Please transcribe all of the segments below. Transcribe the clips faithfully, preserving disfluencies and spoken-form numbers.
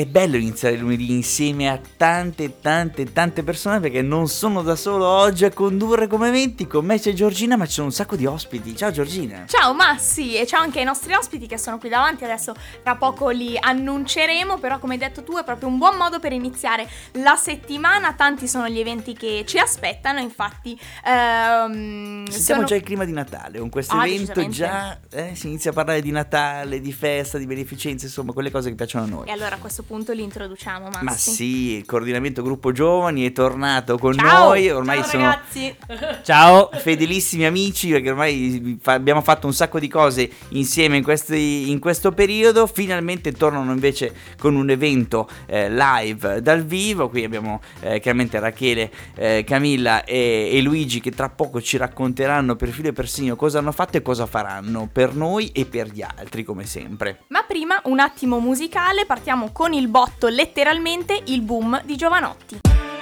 è bello iniziare il lunedì insieme a tante tante tante persone, perché non sono da solo oggi a condurre come eventi. Con me c'è Giorgina, ma ci sono un sacco di ospiti. Ciao Giorgina. Ciao Massi, e ciao anche ai nostri ospiti che sono qui davanti. Adesso tra poco li annunceremo, però come hai detto tu è proprio un buon modo per iniziare la settimana. Tanti sono gli eventi che ci aspettano, infatti ehm, sentiamo sono... già il clima di Natale. Con questo ah, evento già eh, si inizia a parlare di Natale, di festa, di beneficenza, insomma quelle cose che piacciono a noi. E allora a questo punto li introduciamo, Massi. Ma sì, il coordinamento gruppo giovani è tornato con ciao. noi. Ormai ciao, sono ragazzi. Ciao, fedelissimi amici, perché ormai fa- abbiamo fatto un sacco di cose insieme in, questi, in questo periodo. Finalmente tornano invece con un evento eh, live dal vivo. Qui abbiamo eh, chiaramente Rachele, eh, Camilla e, e Luigi, che tra poco ci racconteranno per filo e per segno cosa hanno fatto e cosa faranno per noi e per gli altri, come sempre. Ma prima un attimo musicale, partiamo con il botto, letteralmente il boom di Giovanotti.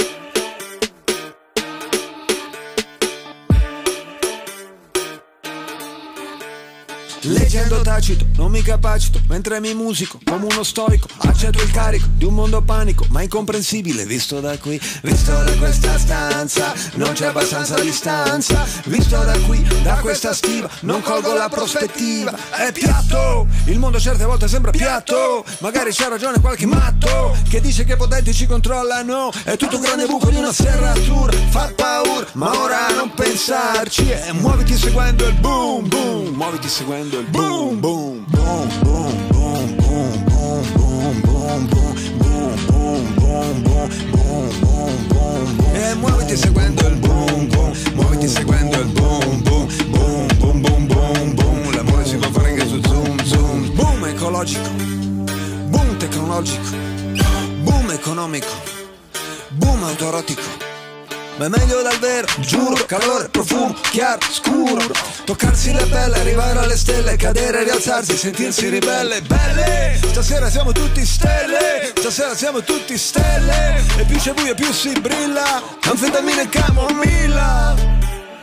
Leggendo tacito, non mi capacito, mentre mi musico come uno stoico. Accetto il carico di un mondo panico, ma incomprensibile visto da qui, visto da questa stanza. Non c'è abbastanza distanza, visto da qui, da questa stiva. Non colgo la prospettiva, è piatto. Il mondo certe volte sembra piatto. Magari c'ha ragione qualche matto che dice che i potenti ci controllano. È tutto un grande buco di una serratura, fa paura, ma ora non pensarci. E muoviti seguendo il boom boom, muoviti seguendo il boom boom boom boom boom boom boom boom boom boom boom boom boom boom boom. E muoviti seguendo il boom boom, muoviti seguendo il boom boom boom boom boom boom boom. L'amore si può fare anche su zoom zoom. Boom ecologico, boom tecnologico, boom economico, boom autorotico. Ma è meglio dal vero, giuro, calore, profumo, chiaro, scuro. Toccarsi la pelle, arrivare alle stelle, cadere, rialzarsi, sentirsi ribelle. Belle, stasera siamo tutti stelle, stasera siamo tutti stelle. E più c'è buio più si brilla, anfetamina e camomilla.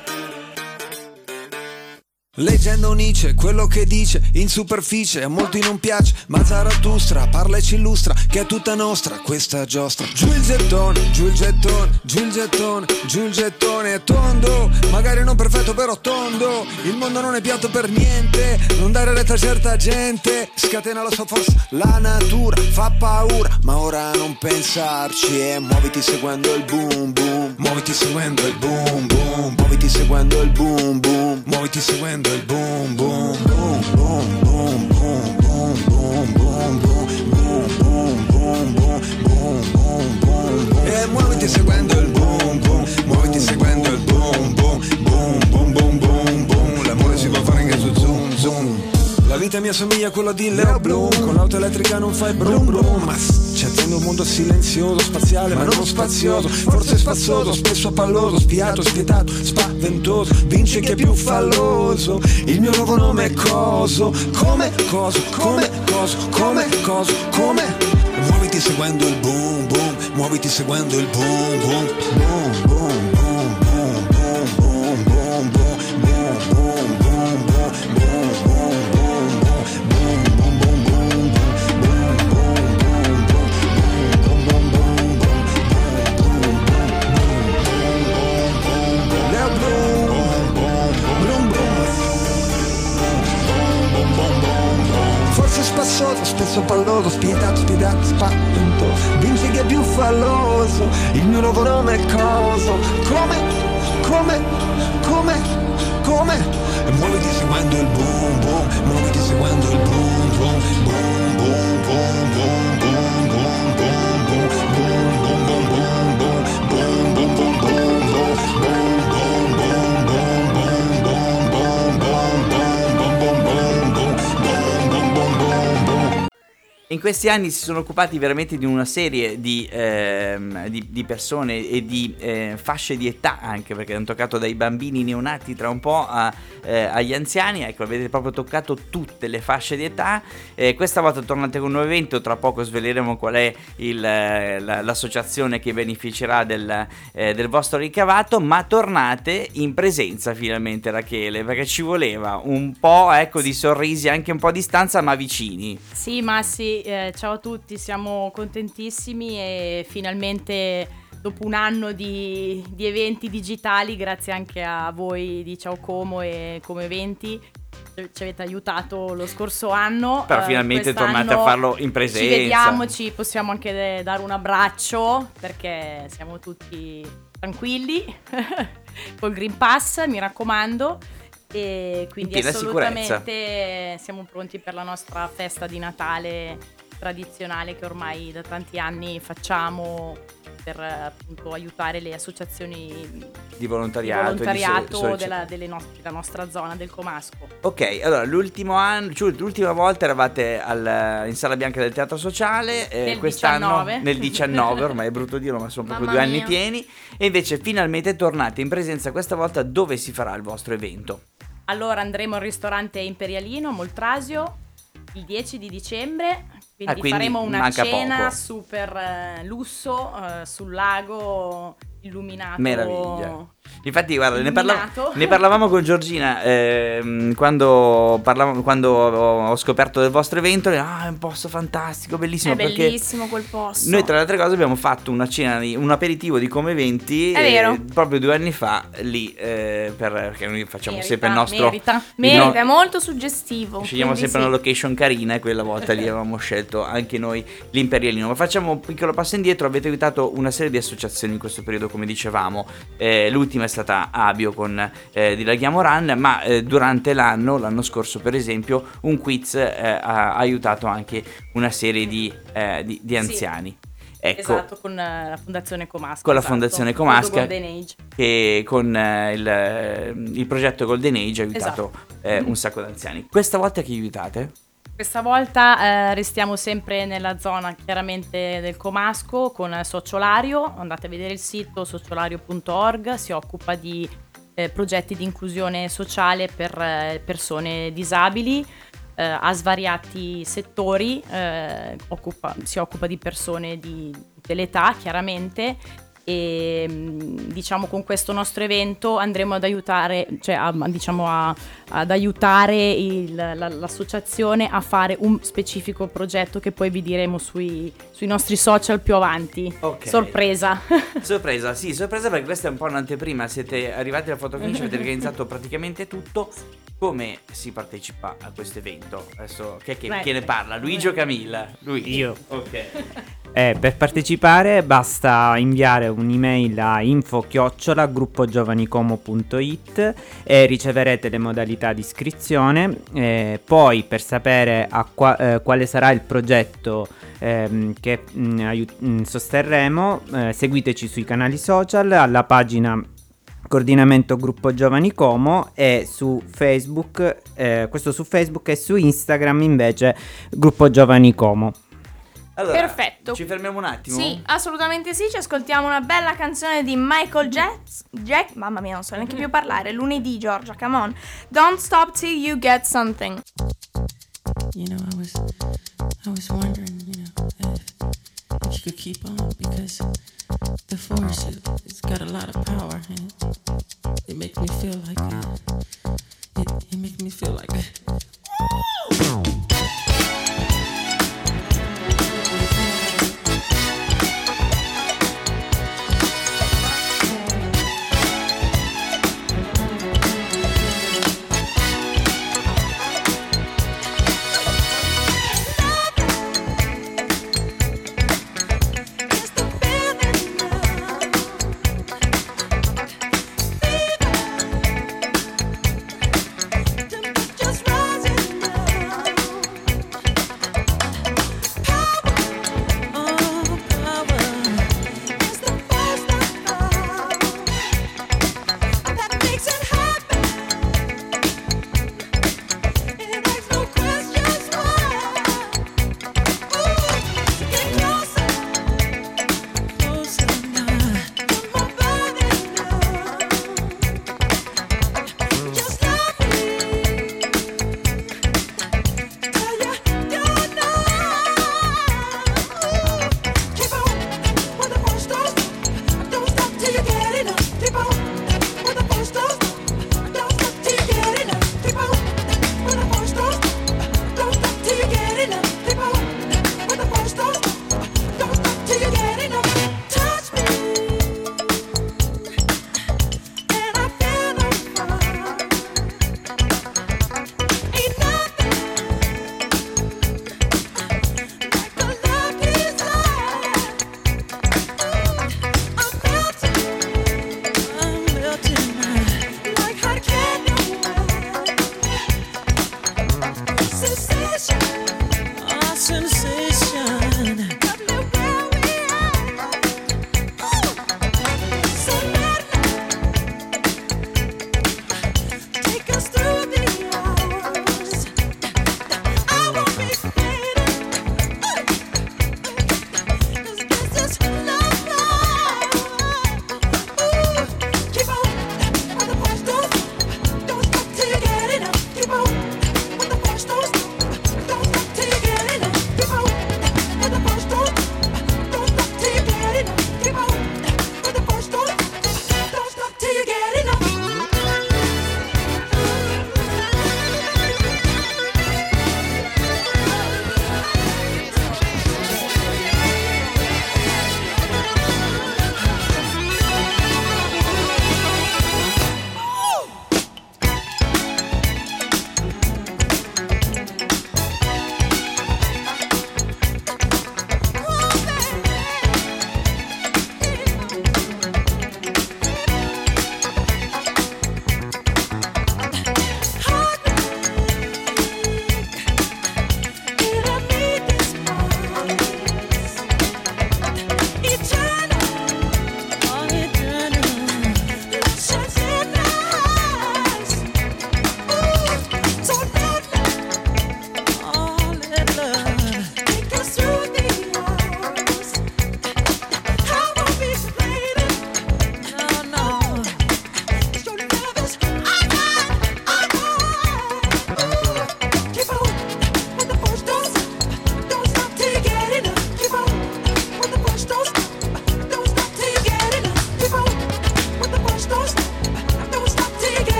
Leggendo Nietzsche, quello che dice in superficie a molti non piace, ma Zarathustra parla e ci illustra che è tutta nostra questa giostra. Giù il gettone, giù il gettone, giù il gettone, giù il gettone è tondo, magari non perfetto però tondo. Il mondo non è piatto per niente, non dare retta a certa gente. Scatena la sua forza, la natura fa paura, ma ora non pensarci. E muoviti seguendo il boom boom, muoviti seguendo il boom boom, muoviti seguendo il boom boom, muoviti seguendo il boom boom boom boom boom boom boom boom boom boom boom boom boom boom boom. E muoviti seguendo il boom boom, muoviti seguendo il boom boom boom boom boom boom boom. L'amore si può fare anche su zoom zoom. La vita mia somiglia a quella di Leo Bloom, con l'auto elettrica non fai brum brum. Ma ci attende un mondo silenzioso, spaziale ma non spazioso, forse spazzoso, spesso palloso, spiato, spietato, spaventoso. Vince chi è più falloso, il mio nuovo nome è coso. Come coso, come coso, come coso, come. Muoviti seguendo il boom boom, muoviti seguendo il boom boom boom boom boom boom boom boom boom boom boom boom boom boom. Spassoso, spesso palloso, spietato, spiedato, spaventoso. Vince chi è più falloso, il mio nuovo nome è coso. Come, come, come, come. E muoviti seguendo il boom boom, muoviti seguendo il boom boom, boom boom boom boom boom boom boom boom boom boom boom boom boom boom boom boom. In questi anni si sono occupati veramente di una serie di, ehm, di, di persone e di eh, fasce di età, anche perché hanno toccato dai bambini neonati tra un po' a, eh, agli anziani. Ecco, avete proprio toccato tutte le fasce di età. Eh, questa volta tornate con un nuovo evento, tra poco sveleremo qual è il, la, l'associazione che beneficerà del, eh, del vostro ricavato, ma tornate in presenza finalmente, Rachele, perché ci voleva un po', ecco, di sorrisi, anche un po' a distanza ma vicini. Sì, ma sì, Sì, eh, ciao a tutti, siamo contentissimi e finalmente dopo un anno di, di eventi digitali, grazie anche a voi di Ciao Como e Como Eventi, ci avete aiutato lo scorso anno. Però finalmente tornate a farlo in presenza. Ci vediamo, ci possiamo anche dare un abbraccio perché siamo tutti tranquilli col Green Pass, mi raccomando. E quindi assolutamente siamo pronti per la nostra festa di Natale tradizionale che ormai da tanti anni facciamo per appunto aiutare le associazioni di volontariato, di volontariato di so- della, delle no- della nostra zona del Comasco. Ok, allora l'ultimo anno, cioè, l'ultima volta eravate al, in Sala Bianca del Teatro Sociale, eh, nel quest'anno diciannove. nel diciannove, ormai è brutto dirlo ma sono proprio Mamma due anni mia. pieni, e invece finalmente tornate in presenza questa volta. Dove si farà il vostro evento? Allora andremo al ristorante Imperialino a Moltrasio il dieci di dicembre, quindi, Ah, quindi faremo una manca cena poco. super eh, lusso eh, sul lago illuminato. Meraviglia. Infatti guarda, ne, parla- Illuminato. ne parlavamo con Giorgina ehm, quando, parlavamo, quando ho scoperto del vostro evento. Ah, è un posto fantastico, bellissimo. È perché bellissimo quel posto. noi tra le altre cose abbiamo fatto una cena, di, un aperitivo di Come Eventi È vero. eh, proprio due anni fa lì, eh, per, perché noi facciamo Merita, sempre il nostro... merita. il Merita, no- è molto suggestivo. Scegliamo quindi sempre sì. una location carina e quella volta lì avevamo scelto anche noi l'Imperialino. Ma facciamo un piccolo passo indietro. Avete aiutato una serie di associazioni in questo periodo, come dicevamo. Eh, l'ultima è stata Abio con eh, Dilaghiamo Run, ma eh, durante l'anno, l'anno scorso per esempio, un quiz eh, ha aiutato anche una serie di, eh, di, di anziani. Ecco, Esatto, con eh, la Fondazione Comasca. Con la esatto, Fondazione Fondo Comasca. Golden Age. che con eh, il, il progetto Golden Age ha aiutato Esatto. eh, un sacco di anziani. Questa volta chi aiutate? Questa volta eh, restiamo sempre nella zona chiaramente del Comasco con Sociolario. Andate a vedere il sito sociolario punto org, si occupa di eh, progetti di inclusione sociale per eh, persone disabili. Eh, ha svariati settori, eh, occupa, si occupa di persone di tutte le età chiaramente, e mh, diciamo con questo nostro evento andremo ad aiutare, cioè a, diciamo a, ad aiutare il, la, l'associazione a fare un specifico progetto che poi vi diremo sui, sui nostri social più avanti. Ok. Sorpresa. Sorpresa, sì, sorpresa perché questa è un po' un'anteprima. Siete arrivati alla fotofinish, avete organizzato praticamente tutto. Come si partecipa a questo evento? Adesso chi, è che, Beh, chi ne parla? Luigi o Camilla? Luigi. Io. Ok. Eh, per partecipare basta inviare un'email a info chiocciola gruppogiovanicomo punto it e riceverete le modalità di iscrizione. Eh, poi per sapere a qua- eh, quale sarà il progetto ehm, che mh, aiut- mh, sosterremo, eh, seguiteci sui canali social, alla pagina Coordinamento Gruppo Giovani Como e su Facebook, eh, questo su Facebook, e su Instagram invece Gruppo Giovani Como. Allora, Perfetto. ci fermiamo un attimo? Sì, assolutamente sì, ci ascoltiamo una bella canzone di Michael Jacks- Jack, mamma mia non so neanche più parlare, lunedì Giorgia, come on. Don't stop till you get something. You know, I was, I was wondering, you know, if, if you could keep on, because the force, it, it's got a lot of power, and it, it makes me feel like, uh, it, it makes me feel like. Just rising.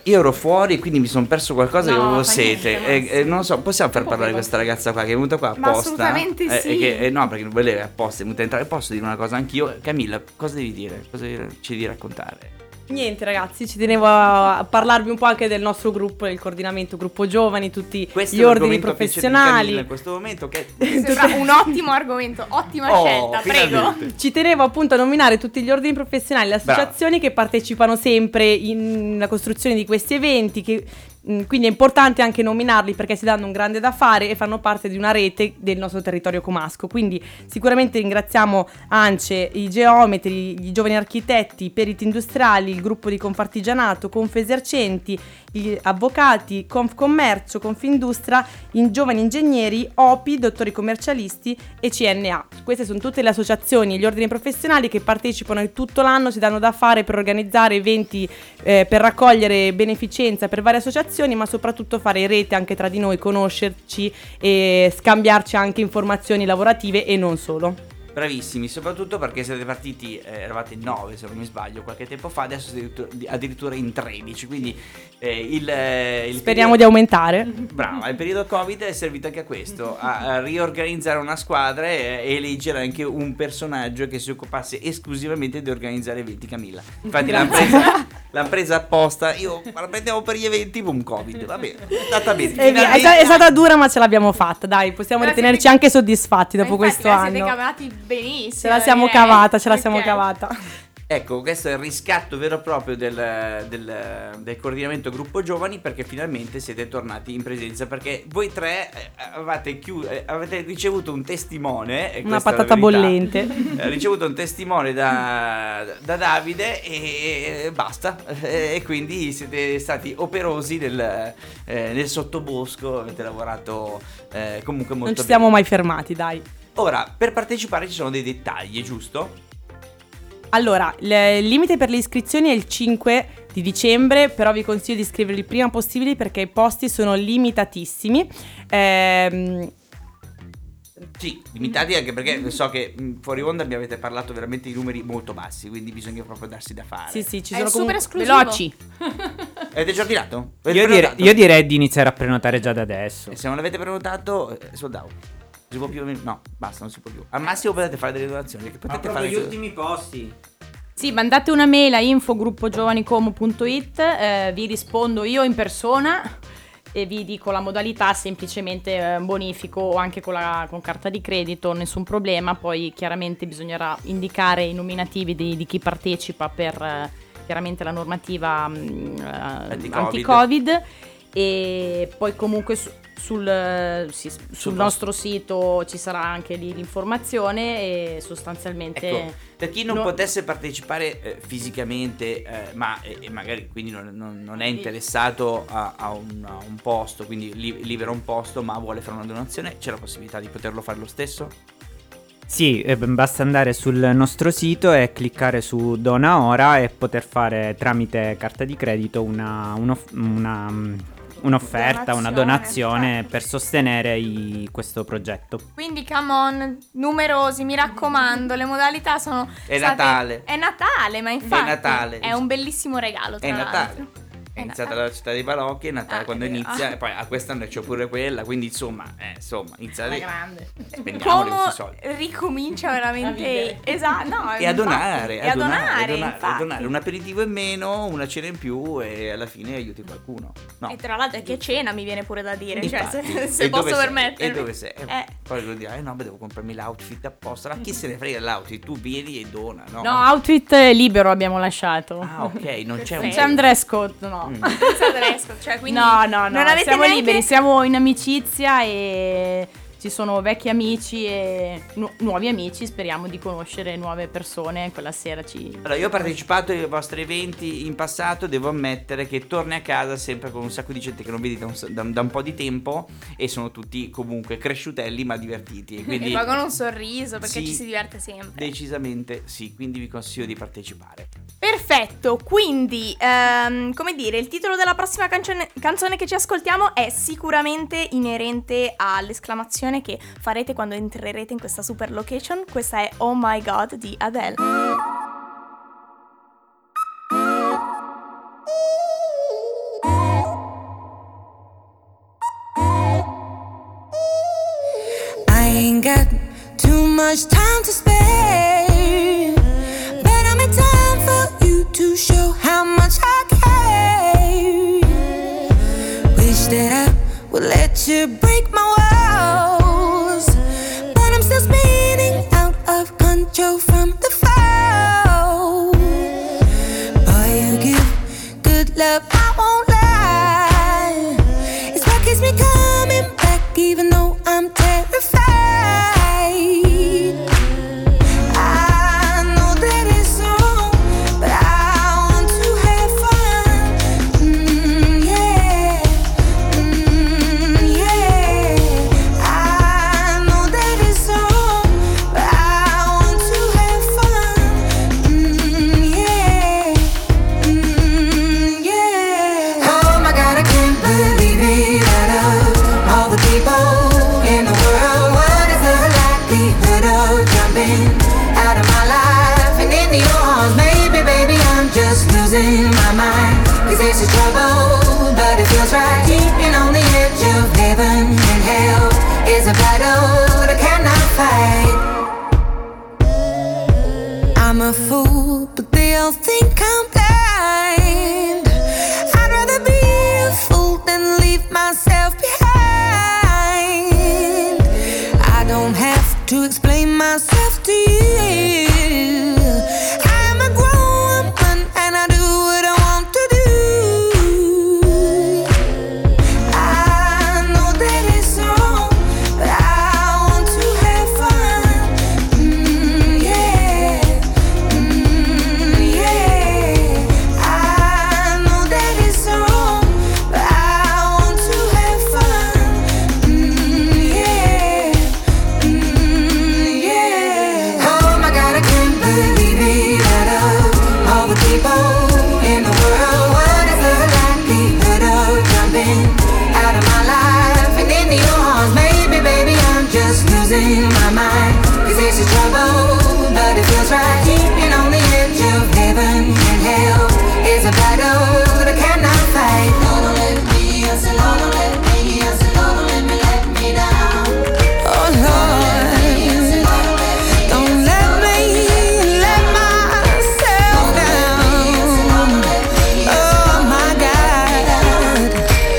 io ero fuori, quindi mi sono perso qualcosa No, che avevo fa sete. niente, E, Massimo. e non so, possiamo far Come parlare no? questa ragazza qua che è venuta qua Ma apposta? assolutamente Eh, sì. e che, eh, no, perché non voleva apposta, è venuta a entrare. Posso dire una cosa anch'io? Camilla, cosa devi dire? Cosa ci devi raccontare? Niente ragazzi, ci tenevo a parlarvi un po' anche del nostro gruppo, del coordinamento gruppo giovani, tutti Questo gli è ordini l'argomento che c'è di Camilla professionali. in questo momento che Sembra un ottimo argomento, ottima Oh, scelta, prego. finalmente. Ci tenevo appunto a nominare tutti gli ordini professionali, le associazioni che partecipano sempre in- nella costruzione di questi eventi, che mh, quindi è importante anche nominarli perché si danno un grande da fare e fanno parte di una rete del nostro territorio comasco. Quindi sicuramente ringraziamo ANCE, i geometri, gli giovani architetti, i periti industriali, il gruppo di Confartigianato, Confesercenti, gli avvocati, Confcommercio, Confindustria, i giovani ingegneri, O P I, dottori commercialisti e C N A. Queste sono tutte le associazioni e gli ordini professionali che partecipano tutto l'anno, si danno da fare per organizzare eventi, eh, per raccogliere beneficenza per varie associazioni, ma soprattutto fare rete anche tra di noi, conoscerci e scambiarci anche informazioni lavorative e non solo. bravissimi, soprattutto perché siete partiti, eh, eravate in nove se non mi sbaglio qualche tempo fa, adesso siete addirittura- addirittura in tredici, quindi eh, il, eh, il Speriamo periodo- di aumentare. Brava, il periodo Covid è servito anche a questo, a, a riorganizzare una squadra e, e eleggere anche un personaggio che si occupasse esclusivamente di organizzare eventi. Camilla, infatti l'hanno presa, l'han presa apposta, io ma la prendevo per gli eventi, boom, Covid, va bene, è andata bene. E via, è, sta- è stata dura ma ce l'abbiamo fatta, dai, possiamo Grazie ritenerci per- anche soddisfatti dopo Ma infatti, questo ve la siete anno. cavati benissimo. Ce la siamo direi. cavata, ce la siamo Ok. cavata. Ecco, questo è il riscatto vero e proprio del, del- del coordinamento gruppo giovani, perché finalmente siete tornati in presenza, perché voi tre eh, avete, chiu- eh, avete ricevuto un testimone, e Una questa è la patata verità. bollente. Eh, ricevuto un testimone da, da Davide e basta, e quindi siete stati operosi nel, eh, nel sottobosco, avete lavorato eh, comunque molto Non ci bene. siamo mai fermati, dai. Ora, per partecipare ci sono dei dettagli, giusto? Allora, il il limite per le iscrizioni è il cinque di dicembre, però vi consiglio di iscrivervi il prima possibile perché i posti sono limitatissimi. Ehm, Sì, limitati anche perché so che mh, fuori onda mi avete parlato veramente di numeri molto bassi, quindi bisogna proprio darsi da fare. sì, sì, ci È sono super comunque esclusivo. veloci. Avete già ordinato? Avete Io, dire- prenotato? io direi di iniziare a prenotare già da adesso. E se non l'avete prenotato, eh, sold out. Si può più? No, basta, non si può più. Al massimo potete fare delle donazioni. Che potete fare posti. Sì, mandate una mail a info gruppo giovanicomo punto it, eh, vi rispondo io in persona e vi dico la modalità, semplicemente eh, bonifico o anche con, la, con carta di credito, nessun problema. Poi chiaramente bisognerà indicare i nominativi di, di chi partecipa per eh, chiaramente la normativa mh, eh, Anti-Covid. anti-Covid. E poi comunque su- sul, eh, sì, sul Sul nostro sito ci sarà anche lì l'informazione e sostanzialmente... Ecco, per chi non no- potesse partecipare eh, fisicamente, eh, ma e, e magari quindi non, non- non è interessato a, a un, a un posto, quindi li- libera un posto, ma vuole fare una donazione, c'è la possibilità di poterlo fare lo stesso? Sì, eh, basta andare sul nostro sito e cliccare su Dona Ora e poter fare tramite carta di credito una, un'off- una, mm, un'offerta, una Donazione, donazione certo. per sostenere i- questo progetto. Quindi come on, numerosi, mi raccomando, le modalità sono È state- Natale. È Natale, ma infatti Natale. è un bellissimo regalo, tra È l'altro. Natale. È È iniziata Natale. la città dei balocchi, è Natale Ah, quando è vero. inizia, e poi a quest'anno c'è pure quella, quindi insomma, eh, insomma, iniziate grande. spendiamoli Come questi soldi. ricomincia A veramente vivere. esatto, no, E a infatti, donare, e a donare, a donare, a infatti. donare. Un aperitivo in meno, una cena in più e alla fine aiuti qualcuno. No. E tra l'altro che cena mi viene pure da dire, cioè Infatti. se, E se dove posso sei? permettermi. E dove sei? Eh, Eh. Poi lo dirà, eh no, beh, devo comprarmi l'outfit apposta. Ma chi se ne frega dell'outfit? Tu vieni e dona, no? No, outfit libero abbiamo lasciato. Ah, ok, non c'è un... Perfetto. C'è un dress code, no. Mm. Senza dress code, cioè, quindi No, no, no, non avete siamo neanche... liberi, siamo in amicizia e ci sono vecchi amici e nu- nuovi amici, speriamo di conoscere nuove persone, quella sera ci... Allora, io ho partecipato ai vostri eventi in passato, devo ammettere che torni a casa sempre con un sacco di gente che non vedi da un, da, da un po' di tempo e sono tutti comunque cresciutelli ma divertiti. E quindi E poi con un sorriso perché Sì, ci si diverte sempre. decisamente sì, quindi vi consiglio di partecipare. Perfetto, quindi ehm, come dire, il titolo della prossima cancione- canzone che ci ascoltiamo è sicuramente inerente all'esclamazione che farete quando entrerete in questa super location. Questa è Oh My God di Adele. ain't got too much time to spare, but I'm in time for you to show how much I care. Wish that I would let you break my walls, but I'm still spinning out of control from the fall. Boy, you give good love, I won't lie. It's what keeps me coming back, even though I'm terrified. I know that it's wrong, but I want to have fun. Mm, yeah, mm, yeah. I know that it's wrong, but I want to have fun. Mm, yeah, mm, yeah. Oh my God, I can't believe it. Out of all the people in the world, what is the likelihood of jumping out of my life and into your arms? Maybe, baby, I'm just losing my mind, 'cause this is trouble, but it feels right. Keeping on the edge of heaven and hell is a battle that I cannot fight. I'm a fool, but they all think I'm blind. I'd rather be a fool than leave myself behind. I don't have to explain myself to you. I'm a grown woman and I do what I want to do. I know that it's wrong, but I want to have fun. Mm, yeah, mm, yeah. I know that it's wrong, but I want to have fun. Mm, yeah, mm, yeah. Oh my God, I can't believe it. Out of all the people in the world, what is the likelihood of jumping out of my life and into your arms? Maybe, baby, I'm just losing my mind, 'cause this is trouble, but it feels right. Keeping on the edge of heaven and hell is a battle that I cannot fight. No, don't let me, I said, no, don't let me, I said, no, don't let me let me down. Oh Lord, don't let me let myself down. Oh my God.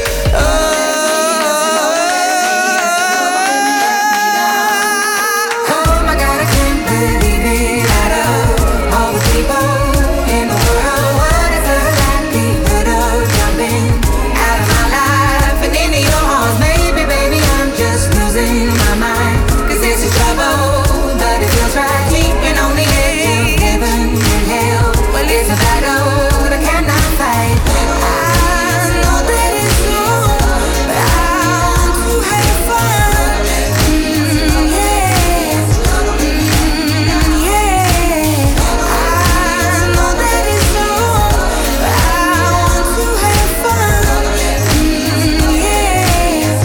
Oh my God, I can't believe it. Out of all the people in the world, what is the likelihood of jumping out of my life and into your arms? Maybe, baby, I'm just losing my mind, 'cause this is trouble, but it feels right. Keeping on the edge of heaven and hell, well, it's a battle that I cannot fight. I know that it's wrong, but I want to have fun. Mm, yeah, mm, yeah. I know that it's wrong, but I want to have fun. Mm, yeah,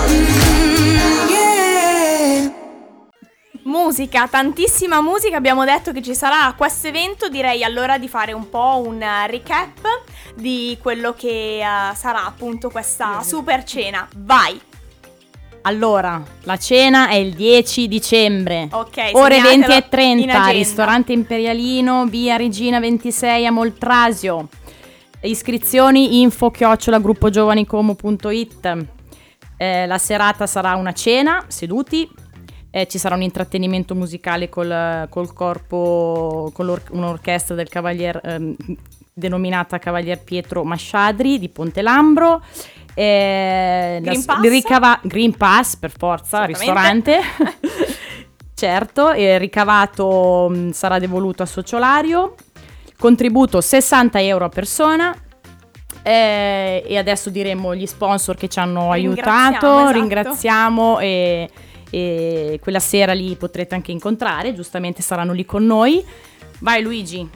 mm, yeah. Musica, tantissima musica, abbiamo detto che ci sarà questo evento, direi allora di fare un po' un eh, recap di quello che eh, sarà appunto questa super cena. Vai! Allora, la cena è il dieci dicembre. Ok, Ore segnatelo venti e in trenta, agenda. ristorante Imperialino, via Regina ventisei a Moltrasio. Iscrizioni info chiocciola gruppo giovanicomo punto it. Eh, la serata sarà una cena, seduti. Eh, ci sarà un intrattenimento musicale col, col corpo, con l'or- un'orchestra del Cavalier, ehm, denominata Cavalier Pietro Masciadri di Ponte Lambro. Eh, Green la- Pass? ricava- Green Pass per forza, Assolutamente. ristorante. Certo, il ricavato mh, sarà devoluto a Sociolario. Contributo sessanta euro a persona. Eh, e adesso diremo gli sponsor che ci hanno Ringraziamo, aiutato. esatto. Ringraziamo e, e quella sera li potrete anche incontrare, giustamente saranno lì con noi. Vai Luigi.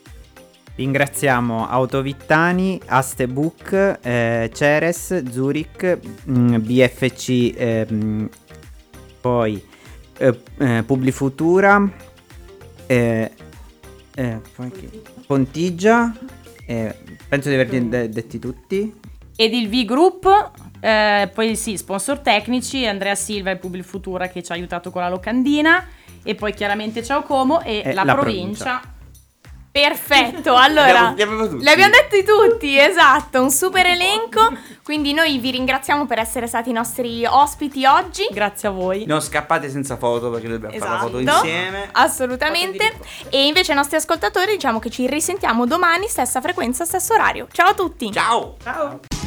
Ringraziamo Autovittani, Astebook, eh, Ceres, Zurich, mh, B F C, eh, mh, poi eh, eh, Publifutura, eh, eh, poi chi? Pontigia, eh, penso di averli de- detti tutti. Ed il V-Group, Eh, poi sì, sponsor tecnici, Andrea Silva e Publi Futura che ci ha aiutato con la locandina, e poi chiaramente Ciao Como e E la, la provincia. provincia. Perfetto, allora Li abbiamo tutti. li abbiamo detti tutti, esatto, un super elenco. Quindi noi vi ringraziamo per essere stati i nostri ospiti oggi. Grazie a voi. Non scappate senza foto perché noi dobbiamo fare la foto Esatto. insieme. Assolutamente. E invece ai nostri ascoltatori diciamo che ci risentiamo domani, stessa frequenza, stesso orario. Ciao a tutti. Ciao! Ciao.